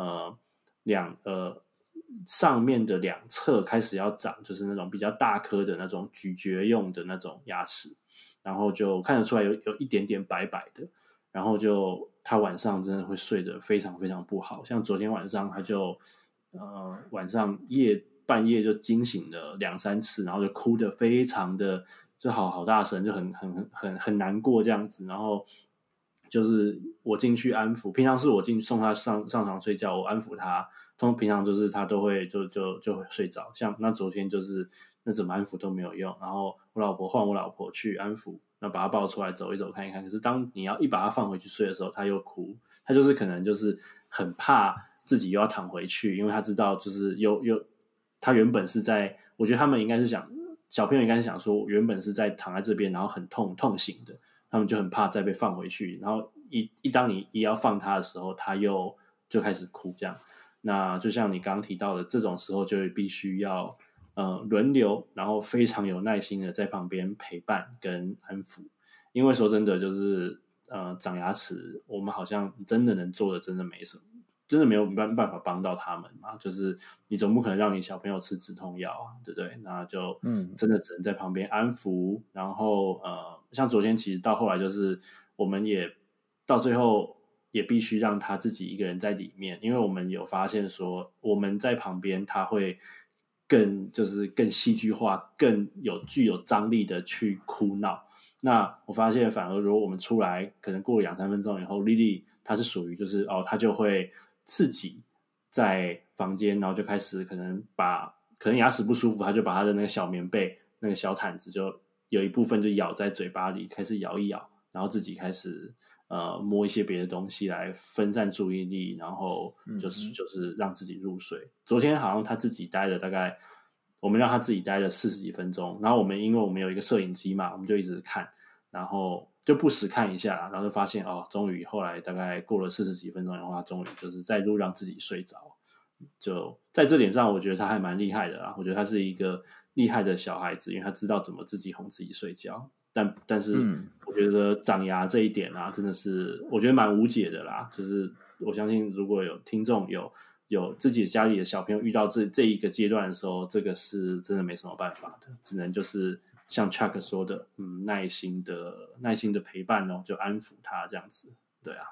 上面的2侧开始要长，就是那种比较大颗的那种咀嚼用的那种牙齿，然后就看得出来有一点点白白的，然后就她晚上真的会睡得非常非常不好，像昨天晚上她就晚上半夜就惊醒了2-3次，然后就哭得非常的就好大声，就很难过这样子。然后就是我进去安抚，平常是我进去送他上床睡觉，我安抚他，平常就是他都会就会睡着。像那昨天就是那怎么安抚都没有用，然后我老婆去安抚，那把他抱出来走一走看一看。可是当你要一把他放回去睡的时候，他又哭，他就是可能就是很怕自己又要躺回去，因为他知道就是他原本是在，我觉得他们应该是小朋友应该是想说，原本是在躺在这边，然后很痛醒的，他们就很怕再被放回去，然后当你要放他的时候，他就开始哭这样。那就像你刚刚提到的，这种时候就必须要轮流，然后非常有耐心的在旁边陪伴跟安抚，因为说真的就是长牙齿，我们好像真的能做的真的没什么。真的没有办法帮到他们嘛？就是你总不可能让你小朋友吃止痛药啊，对不对？那就真的只能在旁边安抚。然后像昨天其实到后来就是我们也到最后也必须让他自己一个人在里面，因为我们有发现说我们在旁边他会更戏剧化，更具有张力的去哭闹。那我发现反而如果我们出来，可能过了2-3分钟以后 ，Lily 她是属于就是她就会自己在房间，然后就开始可能牙齿不舒服，他就把他的那个小棉被、那个小毯子，就有一部分就咬在嘴巴里，开始咬一咬，然后自己开始摸一些别的东西来分散注意力，然后就是让自己入睡。昨天好像他自己待了大概，我们让他自己待了40几分钟，然后因为我们有一个摄影机嘛，我们就一直看，然后就不时看一下，然后就发现终于后来大概过了40几分钟以后，他终于就是再度让自己睡着。就在这点上，我觉得他还蛮厉害的啦。我觉得他是一个厉害的小孩子，因为他知道怎么自己哄自己睡觉。但是我觉得长牙这一点啊，真的是我觉得蛮无解的啦。就是我相信，如果有听众有自己家里的小朋友遇到这一个阶段的时候，这个是真的没什么办法的，只能就是像 Chuck 说的，耐心的陪伴就安抚他这样子。对啊，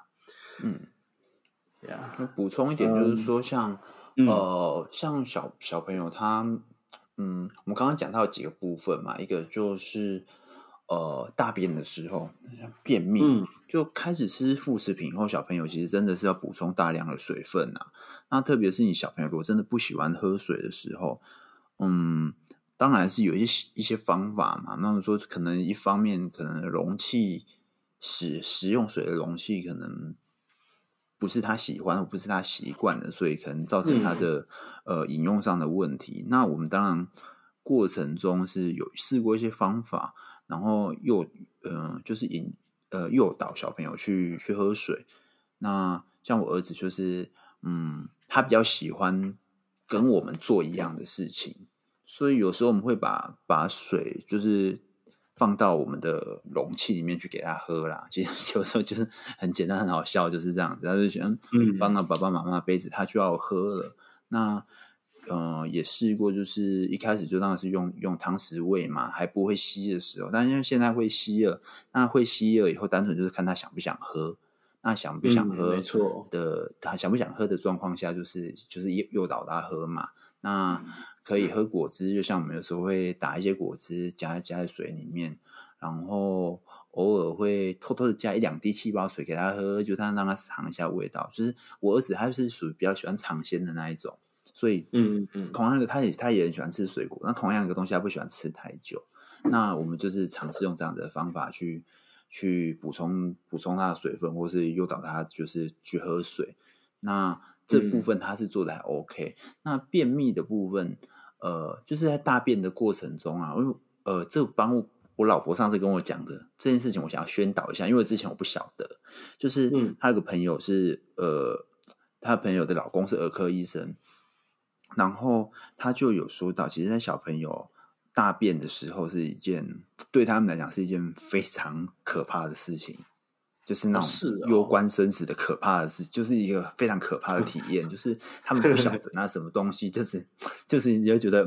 补充一点就是说像小朋友他我们刚刚讲到几个部分嘛，一个就是大便的时候便秘，就开始吃副食品以后，小朋友其实真的是要补充大量的水分啊。那特别是你小朋友如果真的不喜欢喝水的时候，当然是有一些方法嘛。那么说可能一方面可能容器食用水的容器可能不是他喜欢或不是他习惯的，所以可能造成他的饮用上的问题。那我们当然过程中是有试过一些方法，然后就是诱导小朋友去喝水。那像我儿子就是他比较喜欢跟我们做一样的事情，所以有时候我们会把水就是放到我们的容器里面去给他喝啦。其实有时候就是很简单很好笑，就是这样子。他就想放到爸爸妈妈的杯子，他就要喝了。那也试过，就是一开始就当然是用汤匙喂嘛，还不会吸的时候，但因为现在会吸了，那会吸了以后，单纯就是看他想不想喝。那想不想喝没错的，他想不想喝的状况下，就是诱导他喝嘛。那可以喝果汁，就像我们有时候会打一些果汁加在水里面，然后偶尔会偷偷的加1-2滴气泡水给他喝，就让他尝一下味道。就是我儿子他是属于比较喜欢尝鲜的那一种，所以同样的他也很喜欢吃水果，那同样一个东西他不喜欢吃太久。那我们就是尝试用这样的方法去补充他的水分，或是诱导他就是去喝水。那这部分他是做的还 OK。那便秘的部分，就是在大便的过程中啊，因为这帮我老婆上次跟我讲的这件事情，我想要宣导一下，因为之前我不晓得，就是他有个朋友是他朋友的老公是儿科医生，然后他就有说到，其实在小朋友大便的时候是一件对他们来讲是一件非常可怕的事情，就是那种攸关生死的可怕的事，就是一个非常可怕的体验，就是他们不晓得那什么东西，就是你就觉得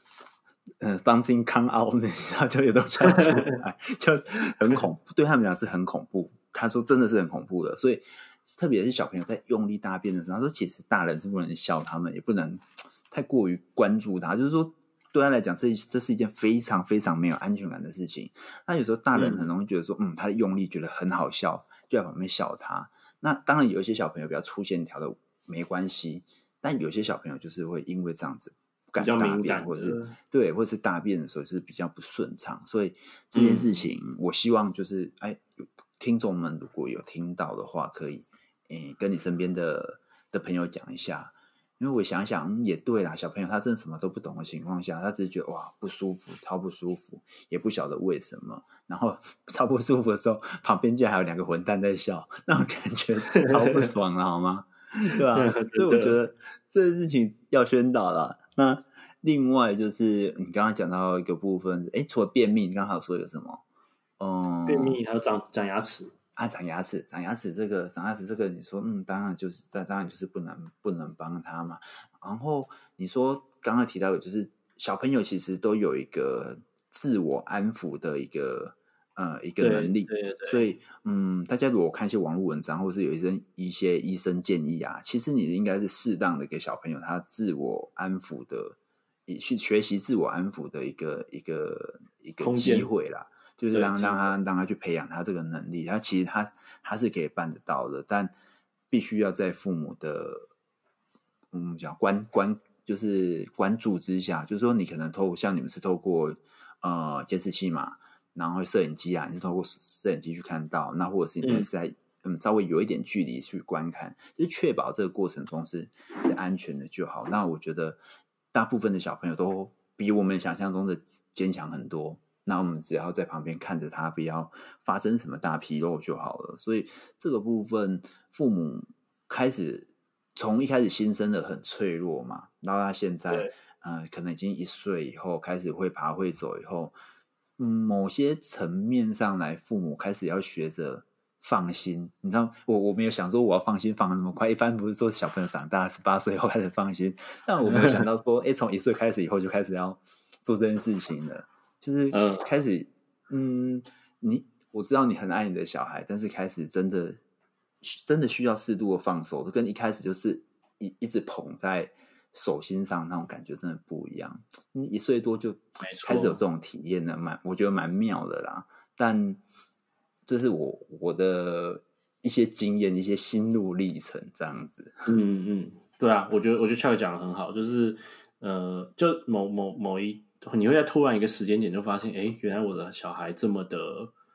something come out， 然后就有东西要出来，就很恐怖，对他们讲是很恐怖。他说真的是很恐怖的，所以特别是小朋友在用力大便的时候，他说其实大人是不能笑他们，也不能太过于关注他，就是说对他来讲，这是一件非常非常没有安全感的事情。那有时候大人很容易觉得说，他用力觉得很好笑，就在旁边笑他。那当然有一些小朋友比较粗线条的没关系，但有些小朋友就是会因为这样子不敢大便，或者是大便的时候是比较不顺畅。所以这件事情，我希望就是听众们如果有听到的话，可以跟你身边的朋友讲一下。因为我想想也对啦，小朋友他真的什么都不懂的情况下，他只是觉得哇不舒服，超不舒服，也不晓得为什么，然后超不舒服的时候，旁边竟然还有两个混蛋在笑，那种感觉超不爽了好吗？对吧？所以我觉得这个事情要宣导啦。那另外就是你刚刚讲到一个部分，除了便秘，你刚刚还有说一个什么？ 便秘还有长牙齿。 长牙齿这个，你说当然就是不能帮他嘛。然后你说刚刚提到的，就是小朋友其实都有一个自我安抚的一个能力， 对， 所以大家如果看一些网络文章，或是有一些医生建议啊，其实你应该是适当的给小朋友他自我安抚的，去学习自我安抚的一个机会啦。就是让他去培养他这个能力，他其实他是可以办得到的，但必须要在父母的讲就是关注之下，就是说你可能像你们是透过监视器嘛，然后摄影机啊，你是透过摄影机去看到，那或者是你真的是在稍微有一点距离去观看，就是确保这个过程中是安全的就好。那我觉得大部分的小朋友都比我们想象中的坚强很多。那我们只要在旁边看着他，不要发生什么大纰漏就好了。所以这个部分，父母从一开始新生的很脆弱嘛，到他现在可能已经1岁以后开始会爬会走以后，某些层面上来，父母开始要学着放心。你知道，我没有想说我要放心放那么快，一般不是说小朋友长大18岁后开始放心，但我没有想到说，从1岁开始以后就开始要做这件事情了。就是开始，我知道你很爱你的小孩，但是开始真的需要适度的放手，跟一开始就是一直捧在手心上那种感觉真的不一样。1岁多就开始有这种体验了，我觉得蛮妙的啦。但这是我的一些经验，一些心路历程这样子。 对啊，我觉得Chuck讲的很好，就是就某一。你会在突然一个时间点就发现，原来我的小孩这么的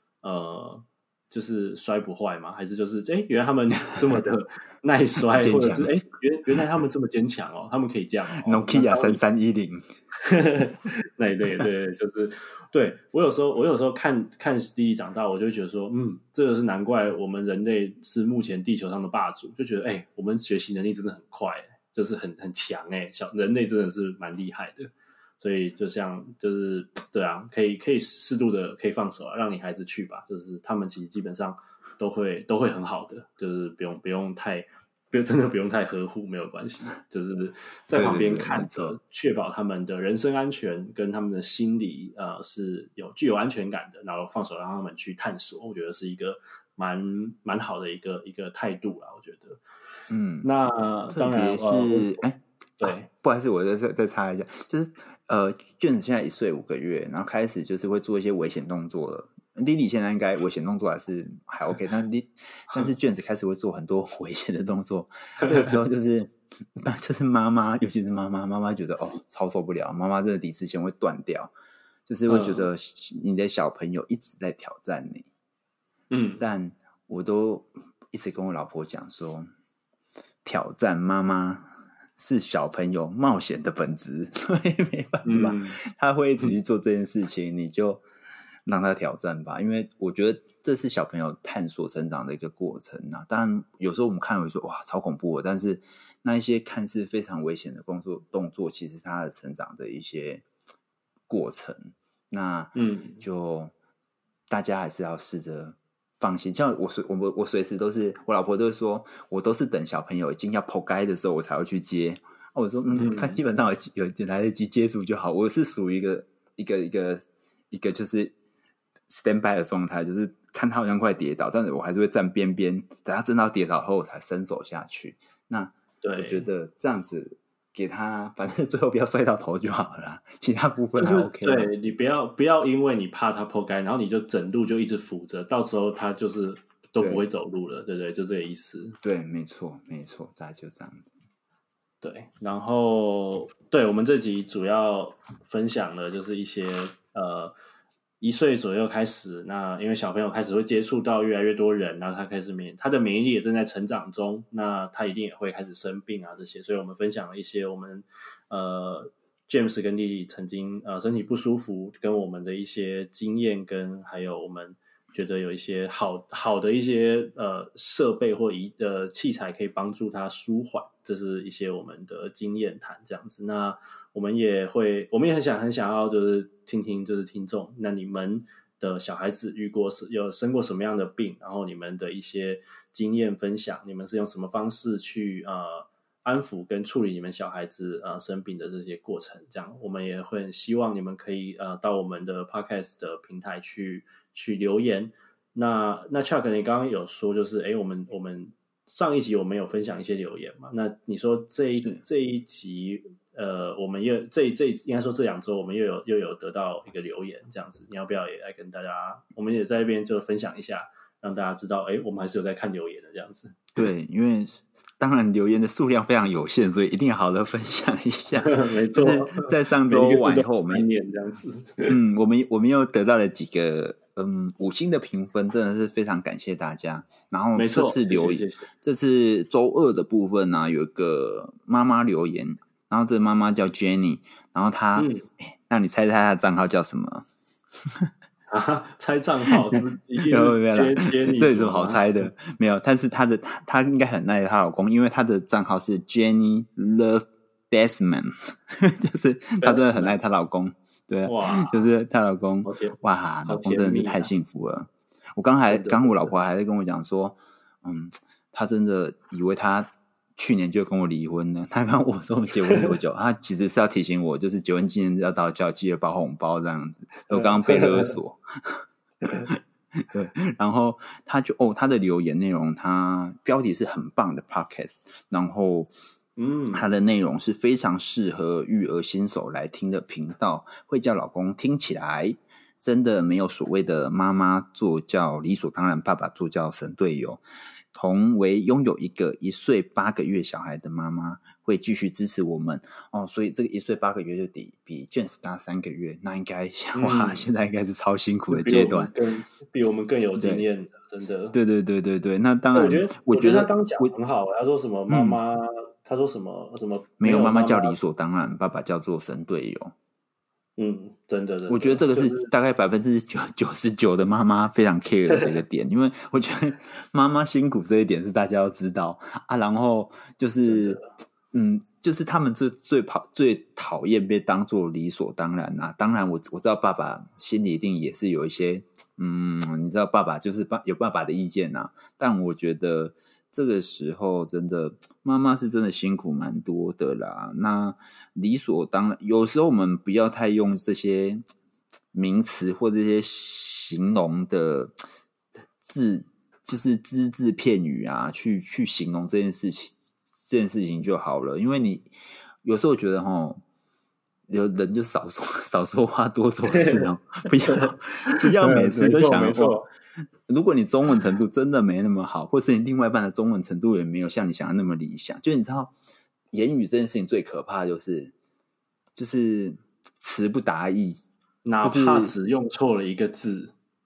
就是摔不坏吗？还是就是原来他们这么的耐摔，或者是原来他们这么坚强哦，他们可以这样哦。 Nokia 3310 那一类，对，就是对我有时候看弟弟长大，我就会觉得说，这个是难怪我们人类是目前地球上的霸主，就觉得我们学习能力真的很快，就是很强人类真的是蛮厉害的。所以就是对啊，可以适度的可以放手啊，让你孩子去吧。就是他们其实基本上都会很好的，就是不用太真的不用太呵护，没有关系。就是在旁边看着，确保他们的人身安全跟他们的心理是具有安全感的，然后放手让他们去探索。我觉得是一个蛮好的一个态度啦，我觉得。那当然是对， 不好意思，我再插一下，就是卷子现在1岁5个月，然后开始就是会做一些危险动作了。Lily 现在应该危险动作还 OK， 但是卷子开始会做很多危险的动作。那个时候就是妈妈，尤其是妈妈觉得超受不了，妈妈这个理智线会断掉，就是会觉得你的小朋友一直在挑战你。但我都一直跟我老婆讲说， 挑战妈妈是小朋友冒险的本质，所以没办法，他会一直去做这件事情，你就让他挑战吧，因为我觉得这是小朋友探索成长的一个过程啊。当然有时候我们看会说哇超恐怖的，但是那一些看似非常危险的动作其实他的成长的一些过程，那就大家还是要试着放心。像我随时都是，我老婆都说我都是等小朋友已经要剖开的时候我才会去接。我说他基本上有来得及接触就好。我是属于一个就是 stand by 的状态，就是看他好像快跌倒，但是我还是会站边边，等他真到跌倒后我才伸手下去。那我觉得这样子给他，反正最后不要摔到头就好了啦，其他部分还 OK 就是对，你不要因为你怕他破开，然后你就整路就一直扶着，到时候他就是都不会走路了，对不对？就这个意思。 对，没错，大概就这样子。 对，然后对我们这集主要分享的就是一些1岁左右开始，那因为小朋友开始会接触到越来越多人，然后他的免疫力也正在成长中，那他一定也会开始生病啊这些，所以我们分享了一些我们James 跟莉莉曾经身体不舒服跟我们的一些经验，跟还有我们觉得有一些好的一些设备或器材可以帮助他舒缓，这是一些我们的经验谈这样子。那我们也很想要就是听听就是听众，那你们的小孩子有生过什么样的病，然后你们的一些经验分享，你们是用什么方式去安抚跟处理你们小孩子生病的这些过程，这样我们也会很希望你们可以到我们的 podcast 的平台去留言。那 Chuck 你刚刚有说就是我们上一集我们有分享一些留言嘛，那你说这一集我们应该说这2周我们又有得到一个留言这样子，你要不要也来跟大家，我们也在这边就分享一下，让大家知道我们还是有在看留言的这样子。 对，因为当然留言的数量非常有限，所以一定要好的分享一下。 没错， 就是在上周完以后，我们这样子， 我们又得到了几个5星的评分，真的是非常感谢大家。然后这次留言，这次周2的部分呢，有一个妈妈留言，然后这个妈妈叫 Jenny， 然后她，让你猜猜她的账号叫什么？ 猜账号没有对，什么好猜的？没有，但是她应该很爱她老公，因为她的账号是 Jenny Love Desmond， 就是她真的很爱她老公。对，就是她老公，哇，老公真的是太幸福了。刚我老婆还在跟我讲说，她真的以为她去年就跟我离婚了。她刚我说我们结婚多久，她其实是要提醒我，就是结婚纪念日要到，叫记得包红包这样子。我刚刚被勒索。对，然后他的留言内容，他标题是很棒的 podcast， 然后他的内容是非常适合育儿新手来听的频道，会叫老公听起来真的没有所谓的妈妈做教理所当然，爸爸做教神队友。同为拥有一个1岁8个月小孩的妈妈，会继续支持我们所以这个1岁8个月就比 James 大3个月，那应该现在应该是超辛苦的阶段， 比我们更有经验的，真的。 对，那当然， 我觉得他刚讲很好，他说什么妈妈，他说什么没有妈妈叫理所当然，爸爸叫做神队友。 真的， 我觉得这个是大概99%的妈妈非常 care 的这个点，因为我觉得妈妈辛苦这一点是大家要知道啊。然后就是就是他们最讨厌被当作理所当然啊。当然我知道爸爸心里一定也是有一些你知道爸爸就是有爸爸的意见啊，但我觉得这个时候真的妈妈是真的辛苦蛮多的啦。那理所当然，有时候我们不要太用这些名词或这些形容的字，就是只字片语啊，去形容这件事情就好了。因为你有时候觉得有人就少说话多做事不要每次都想要如果你中文程度真的没那么好，或是你另外一半的中文程度也没有像你想的那么理想，就你知道言语这件事情最可怕的就是词不达意， 哪怕只用错了一个字，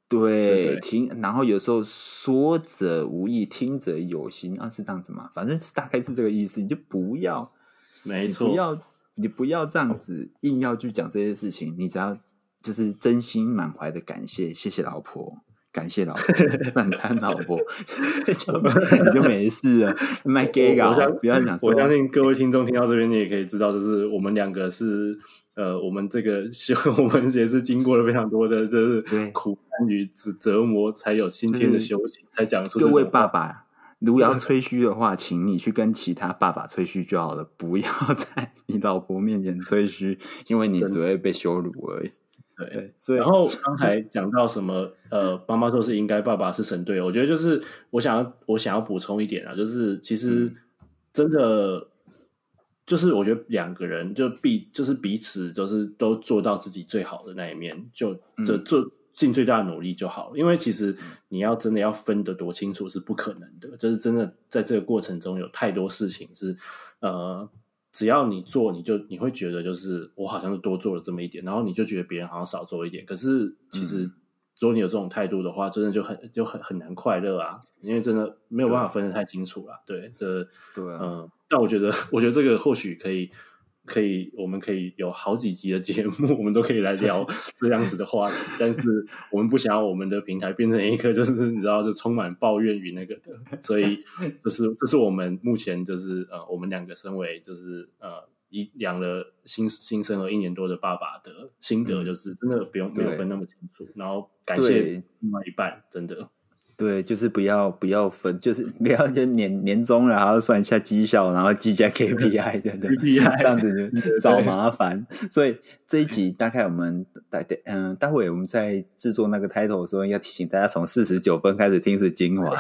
对，然后有时候说者无意，听者有心啊，是这样子吗？反正大概是这个意思。你就不要， 没错， 你不要这样子硬要去讲这些事情，你只要就是真心满怀的感谢，谢谢老婆，感谢老婆，赞叹老婆，你就没事了。卖 gay 搞，不要讲说。 我相信各位听众听到这边，你也可以知道，就是我们两个是我们这个我们也是经过了非常多的就是苦难与折磨，才有今天的修行，才讲出这种话。 各位爸爸，如果要吹嘘的话，请你去跟其他爸爸吹嘘就好了，不要在你老婆面前吹嘘，因为你只会被羞辱而已。 对，然后刚才讲到什么妈妈说是应该，爸爸是神队友，我觉得就是我想要补充一点啊，就是其实真的就是我觉得两个人就是彼此就是都做到自己最好的那一面，就做尽最大的努力就好了。因为其实你要真的要分得多清楚是不可能的，就是真的在这个过程中有太多事情是只要你做，你会觉得就是我好像是多做了这么一点，然后你就觉得别人好像少做一点。可是其实如果你有这种态度的话，真的就很难快乐啊，因为真的没有办法分得太清楚啦。对， 对但我觉得这个或许我们可以有好几集的节目，我们都可以来聊这样子的话题。但是我们不想要我们的平台变成一个就是你知道就充满抱怨与那个的，所以这是我们目前就是我们两个身为就是养了新生儿1年多的爸爸的心得，就是真的没有分那么清楚，然后感谢另外一半，真的。 对，就是不要分，就是不要就年终了，然后算一下绩效，然后记一下 KPI 的 KPI 这样子就找麻烦。所以这一集大概我们待会我们在制作那个 title 的时候，要提醒大家从49分开始听是精华，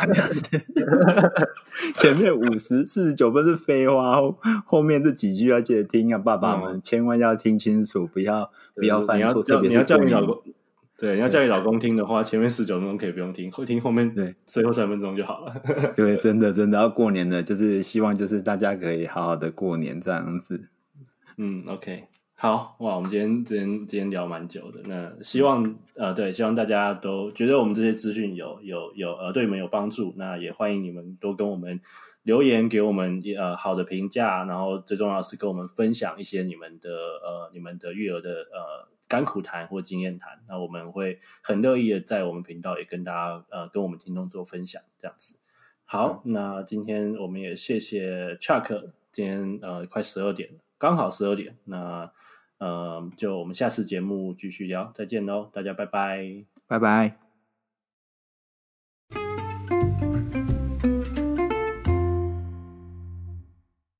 前面49分是废话，后面这几句要记得听啊，爸爸们千万要听清楚，不要犯错，特别是你要叫你老公。对，你要叫你老公听的话，前面19分钟可以不用听，听后面最后3分钟就好了。 对，真的要过年了，就是希望就是大家可以好好的过年这样子。 OK， 好哇，我们今天聊蛮久的，那希望希望大家都觉得我们这些资讯有对你们有帮助，那也欢迎你们多跟我们留言，给我们好的评价，然后最重要的是跟我们分享一些你们的育儿的甘苦谈或经验谈，那我们会很乐意的在我们频道也跟大家跟我们听众做分享这样子。好，那今天我们也谢谢 Chuck， 今天快12点了，刚好12点，那就我们下次节目继续聊，再见咯，大家拜拜， 拜拜。